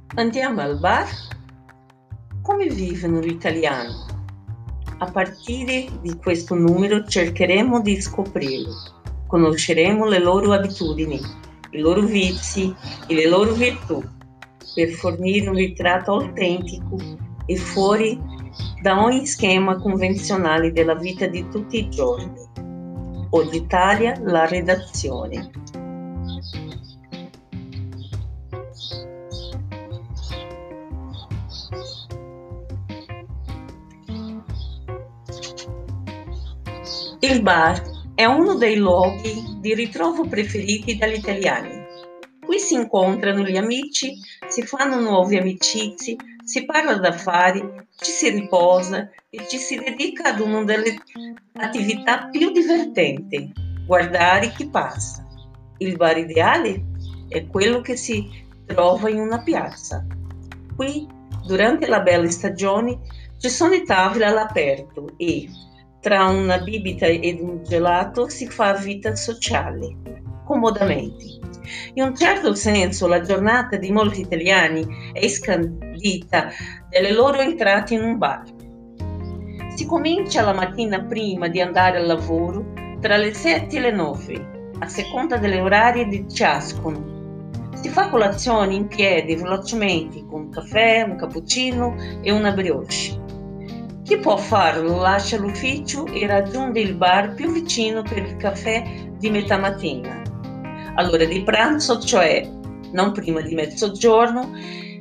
Andiamo al bar? Come vivono gli italiani? A partire di questo numero cercheremo di scoprirlo. Conosceremo le loro abitudini, i loro vizi e le loro virtù, per fornire un ritratto autentico e fuori da ogni schema convenzionale della vita di tutti i giorni. Oggi Italia, la redazione. Il bar è uno dei luoghi di ritrovo preferiti dagli italiani. Qui si incontrano gli amici, si fanno nuove amicizie, si parla d'affari, ci si riposa e ci si dedica ad una delle attività più divertenti, guardare chi passa. Il bar ideale è quello che si trova in una piazza. Qui, durante la bella stagione, ci sono i tavoli all'aperto e, tra una bibita ed un gelato, si fa vita sociale, comodamente. In un certo senso, la giornata di molti italiani è scandita dalle loro entrate in un bar. Si comincia la mattina prima di andare al lavoro, tra le 7 e le 9, a seconda delle orarie di ciascuno. Si fa colazione in piedi velocemente con un caffè, un cappuccino e una brioche. Chi può farlo lascia l'ufficio e raggiunge il bar più vicino per il caffè di metà mattina. All'ora di pranzo, cioè non prima di mezzogiorno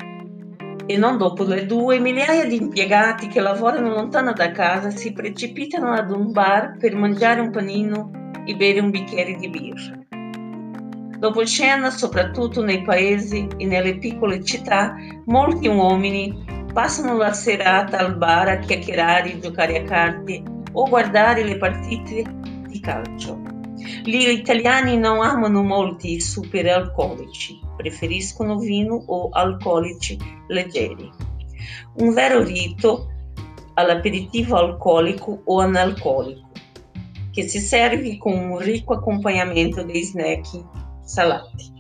e non dopo le 2, migliaia di impiegati che lavorano lontano da casa si precipitano ad un bar per mangiare un panino e bere un bicchiere di birra. Dopo cena, soprattutto nei paesi e nelle piccole città, molti uomini passano la serata al bar a chiacchierare, giocare a carte o guardare le partite di calcio. Gli italiani non amano molti i superalcolici, preferiscono vino o alcolici leggeri. Un vero rito all'aperitivo alcolico o analcolico, che si serve con un ricco accompagnamento dei snack salati.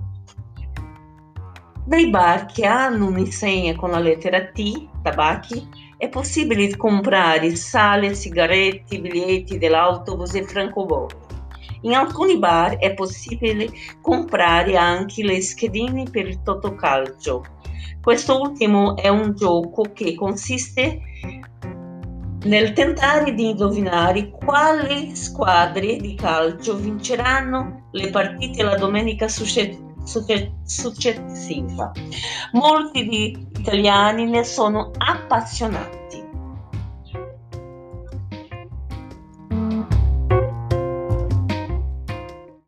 Nei bar che hanno un'insegna con la lettera T, tabacchi, è possibile comprare sale, sigarette, biglietti dell'autobus e francobolli. In alcuni bar è possibile comprare anche le schedine per il totocalcio. Questo ultimo è un gioco che consiste nel tentare di indovinare quali squadre di calcio vinceranno le partite la domenica successiva. Molti di italiani ne sono appassionati.